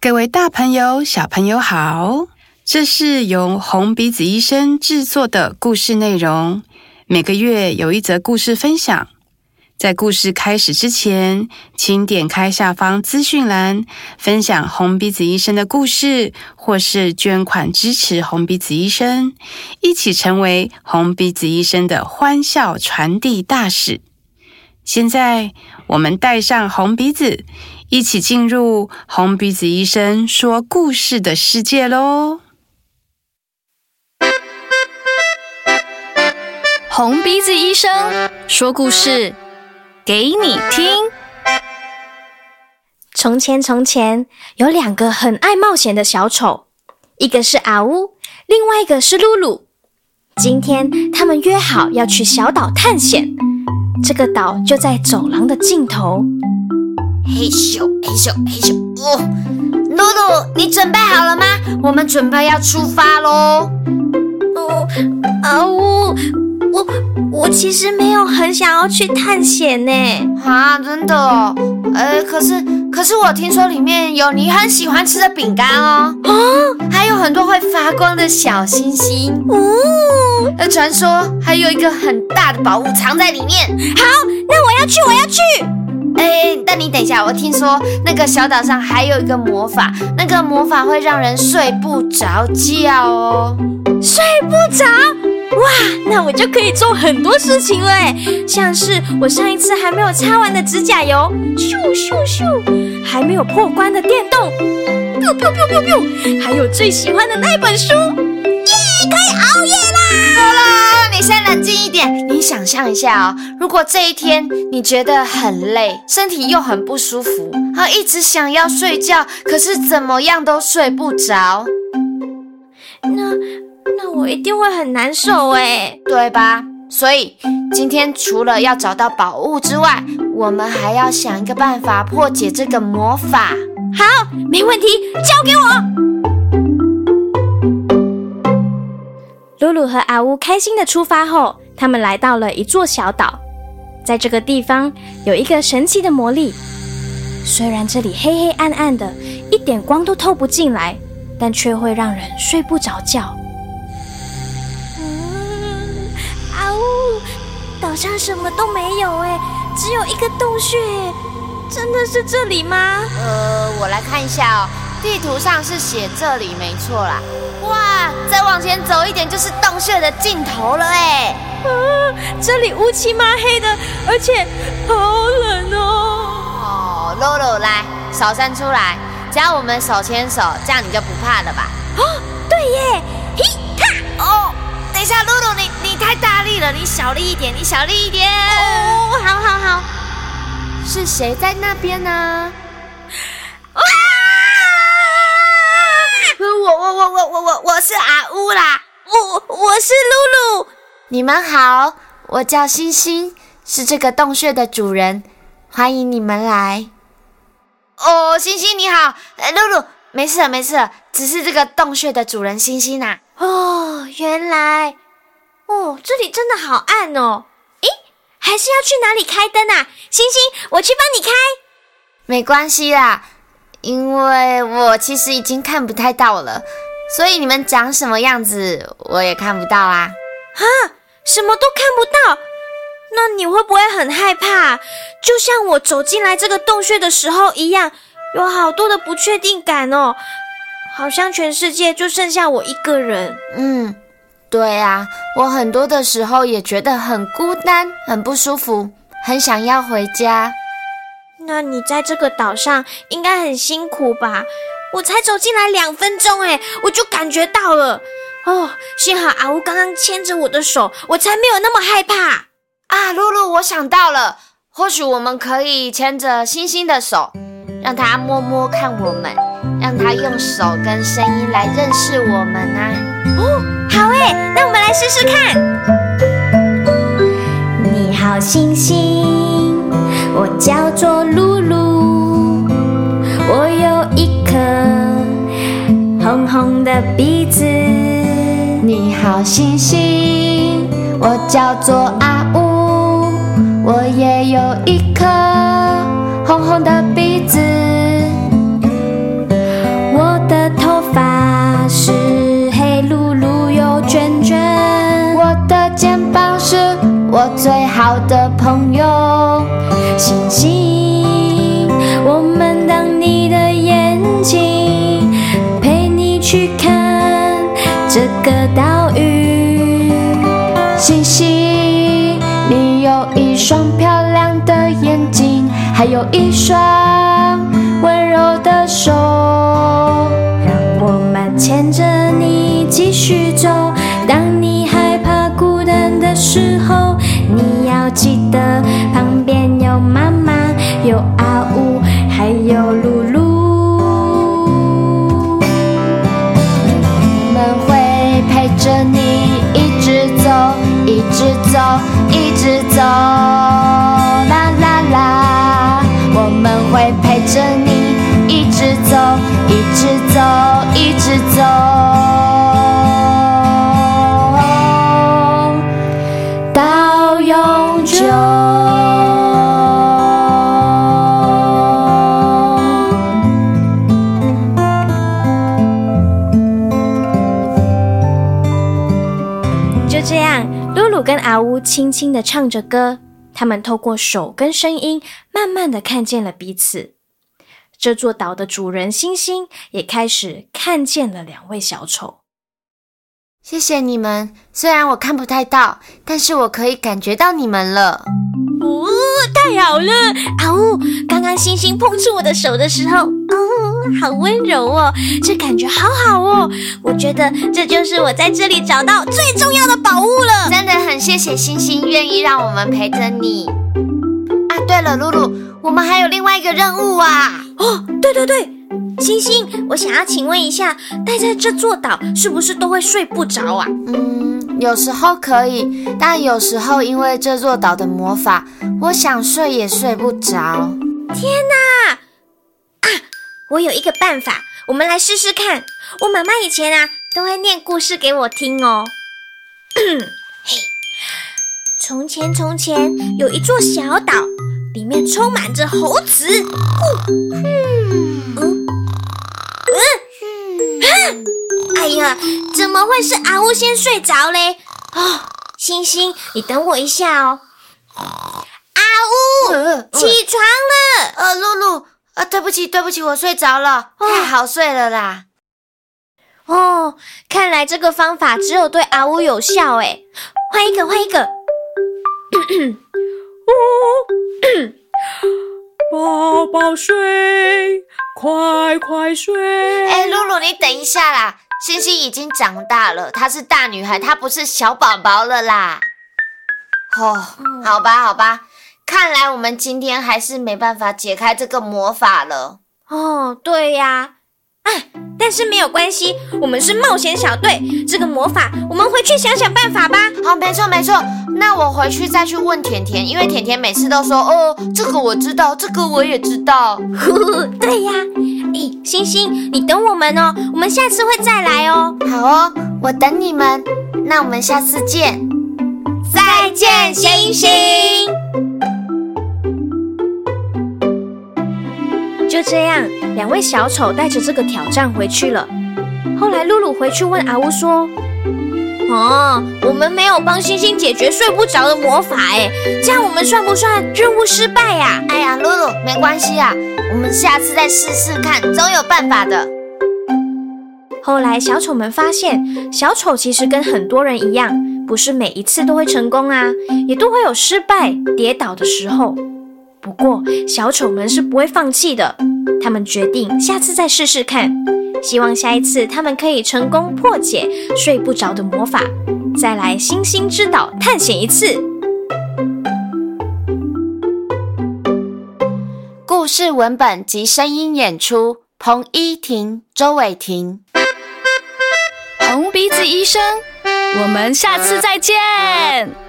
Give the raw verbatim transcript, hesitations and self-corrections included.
各位大朋友、小朋友好，这是由红鼻子医生制作的故事内容。每个月有一则故事分享。在故事开始之前，请点开下方资讯栏，分享红鼻子医生的故事，或是捐款支持红鼻子医生，一起成为红鼻子医生的欢笑传递大使。现在，我们带上红鼻子，一起进入红鼻子医生说故事的世界咯。 红鼻子医生说故事给你听。 从前从前有两个很爱冒险的小丑，一个是阿乌，另外一个是露露。今天他们约好要去小岛探险，这个岛就在走廊的尽头。 嘿咻嘿咻嘿咻哦，露露，你准备好了吗？我们准备要出发咯。 哦，阿乌，我我其实没有很想要去探险呢。 啊，真的哦？呃，可是可是我听说里面有你很喜欢吃的饼干哦，哦，还有很多会发光的小星星哦。呃，传说还有一个很大的宝物藏在里面。 好，那我要去，我要去。 哎，但你等一下，我听说那个小岛上还有一个魔法，那个魔法会让人睡不着觉哦。 睡不着？哇，那我就可以做很多事情了哎，像是我上一次还没有擦完的指甲油，咻咻咻，还没有破关的电动，biu biu biu biu biu，还有最喜欢的那本书，耶，可以熬夜啦！ 好啦，你先冷静一点，你想象一下哦，如果这一天你觉得很累，身体又很不舒服，然后一直想要睡觉，可是怎么样都睡不着， 那那我一定会很难受哎， 对吧？所以今天除了要找到宝物之外，我们还要想一个办法破解这个魔法。 好，没问题，交给我。露露和阿乌开心的出发后，他们来到了一座小岛。在这个地方有一个神奇的魔力，虽然这里黑黑暗暗的，一点光都透不进来，但却会让人睡不着觉。嗯，阿乌，岛上什么都没有哎，只有一个洞穴，真的是这里吗？ 呃，我来看一下哦，地图上是写这里没错啦。哇，再往前走一点就是洞穴的尽头了哎！ 啊，这里乌漆麻黑的，而且好冷哦。 哦，露露，来，手伸出来，只要我们手牵手，这样你就不怕了吧？ 哦，对耶，嘿哈！ 哦，等一下，露露，你你太大力了，你小力一点，你小力一点。 哦，好好好。 是谁在那边呢？啊！我我我我我我我是阿乌啦， 我我是露露。 你们好，我叫星星，是这个洞穴的主人，欢迎你们来。哦，星星你好，呃，露露，没事了没事了，只是这个洞穴的主人星星啊。 哦，原来，哦，这里真的好暗哦。诶，还是要去哪里开灯啊？星星，我去帮你开。 没关系啦，因为我其实已经看不太到了，所以你们长什么样子我也看不到啊。 哈，什么都看不到？那你会不会很害怕？就像我走进来这个洞穴的时候一样，有好多的不确定感哦，好像全世界就剩下我一个人。 嗯，对啊，我很多的时候也觉得很孤单，很不舒服，很想要回家。 那你在这个岛上应该很辛苦吧？我才走进来两分钟诶，我就感觉到了。哦，幸好阿乌刚刚牵着我的手，我才没有那么害怕。 啊，露露，我想到了，或许我们可以牵着星星的手，让他摸摸看我们，让他用手跟声音来认识我们啊。 哦，好诶，那我们来试试看。你好，星星，我叫做露露，我有一颗红红的鼻子。 你好，星星，我叫做阿乌，我也有一颗红红的鼻子。 最好的朋友。星星，我们当你的眼睛，陪你去看这个岛屿。星星，你有一双漂亮的眼睛，还有一双温柔的手，让我们牵着你继续走。当你害怕孤单的时候，你要记得旁边有妈妈，有阿乌，还有露露。我们会陪着你一直走，一直走，一直走，啦啦啦。我们会陪着你一直走，一直走，一直走，到永久。 就这样，露露跟阿乌轻轻地唱着歌，他们透过手跟声音，慢慢地看见了彼此。这座岛的主人星星也开始看见了两位小丑。 谢谢你们，虽然我看不太到，但是我可以感觉到你们了。 哦，太好了！阿乌，刚刚星星碰触我的手的时候，哦，好温柔哦，这感觉好好哦。我觉得这就是我在这里找到最重要的宝物了。 真的很谢谢星星愿意让我们陪着你。啊，对了，露露，我们还有另外一个任务啊。 哦，对对对，星星，我想要请问一下，待在这座岛是不是都会睡不着啊？ 嗯，有时候可以，但有时候因为这座岛的魔法，我想睡也睡不着。 天哪！啊，我有一个办法，我们来试试看。我妈妈以前啊都会念故事给我听哦。嘿，从前从前有一座小岛，里面充满着猴子。嗯嗯嗯嗯，哎呀，怎么会是阿乌先睡着嘞？哦，星星，你等我一下哦。阿乌， 呃、 起床了。 呃，露露，呃，对不起，对不起，我睡着了，哦、太好睡了啦。 哦，看来这个方法只有对阿乌有效哎。换一个，换一个。 宝宝睡，快快睡。 哎，露露，你等一下啦，星星已经长大了，她是大女孩，她不是小宝宝了啦。哦，好吧，好吧，看来我们今天还是没办法解开这个魔法了。 哦，对呀。啊，但是没有关系，我们是冒险小队，这个魔法我们回去想想办法吧。 好，没错没错，那我回去再去问甜甜，因为甜甜每次都说哦，这个我知道，这个我也知道。 对呀，诶，星星，你等我们哦，我们下次会再来哦。 好哦，我等你们，那我们下次见。 再见，星星。就这样，两位小丑带着这个挑战回去了。后来露露回去问阿乌说：哦，我们没有帮星星解决睡不着的魔法哎，这样我们算不算任务失败呀？ 哎呀，露露，没关系啊，我们下次再试试看，总有办法的。 后来小丑们发现，小丑其实跟很多人一样，不是每一次都会成功啊，也都会有失败、跌倒的时候。不过小丑们是不会放弃的，他们决定下次再试试看，希望下一次他们可以成功破解睡不着的魔法，再来星星之岛探险一次。 故事文本及声音演出：彭依婷、周伟婷。 红鼻子医生，我们下次再见。